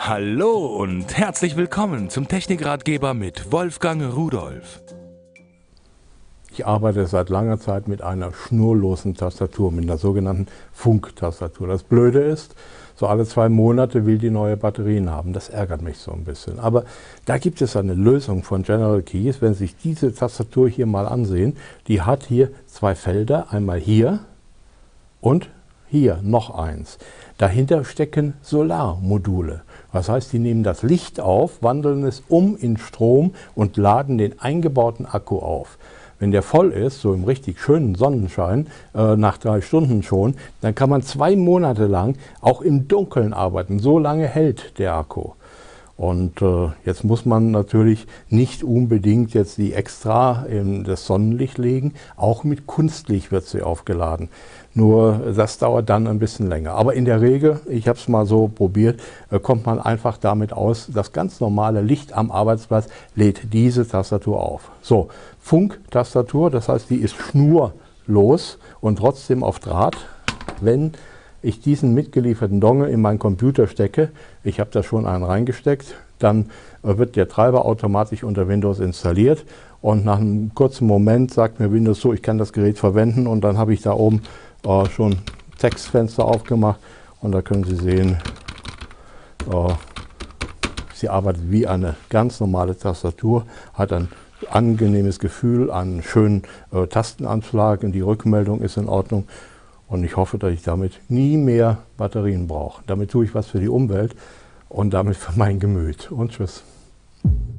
Hallo und herzlich willkommen zum Technikratgeber mit Wolfgang Rudolph. Ich arbeite seit langer Zeit mit einer schnurlosen Tastatur, mit einer sogenannten Funktastatur. Das Blöde ist, so alle 2 Monate will die neue Batterien haben. Das ärgert mich so ein bisschen. Aber da gibt es eine Lösung von General Keys. Wenn Sie sich diese Tastatur hier mal ansehen, die hat hier 2 Felder, einmal hier und hier noch eins. Dahinter stecken Solarmodule. Das heißt, die nehmen das Licht auf, wandeln es um in Strom und laden den eingebauten Akku auf. Wenn der voll ist, so im richtig schönen Sonnenschein, nach 3 Stunden schon, dann kann man 2 Monate lang auch im Dunkeln arbeiten. So lange hält der Akku. Und jetzt muss man natürlich nicht unbedingt jetzt die extra in das Sonnenlicht legen. Auch mit Kunstlicht wird sie aufgeladen. Nur das dauert dann ein bisschen länger. Aber in der Regel, ich habe es mal so probiert, kommt man einfach damit aus, das ganz normale Licht am Arbeitsplatz lädt diese Tastatur auf. So, Funktastatur, das heißt, die ist schnurlos und trotzdem auf Draht. Wenn ich diesen mitgelieferten Dongle in meinen Computer stecke, ich habe da schon einen reingesteckt, dann wird der Treiber automatisch unter Windows installiert und nach einem kurzen Moment sagt mir Windows so, ich kann das Gerät verwenden und dann habe ich da oben schon Textfenster aufgemacht und da können Sie sehen, sie arbeitet wie eine ganz normale Tastatur, hat ein angenehmes Gefühl, einen schönen Tastenanschlag und die Rückmeldung ist in Ordnung. Und ich hoffe, dass ich damit nie mehr Batterien brauche. Damit tue ich was für die Umwelt und damit für mein Gemüt. Und tschüss.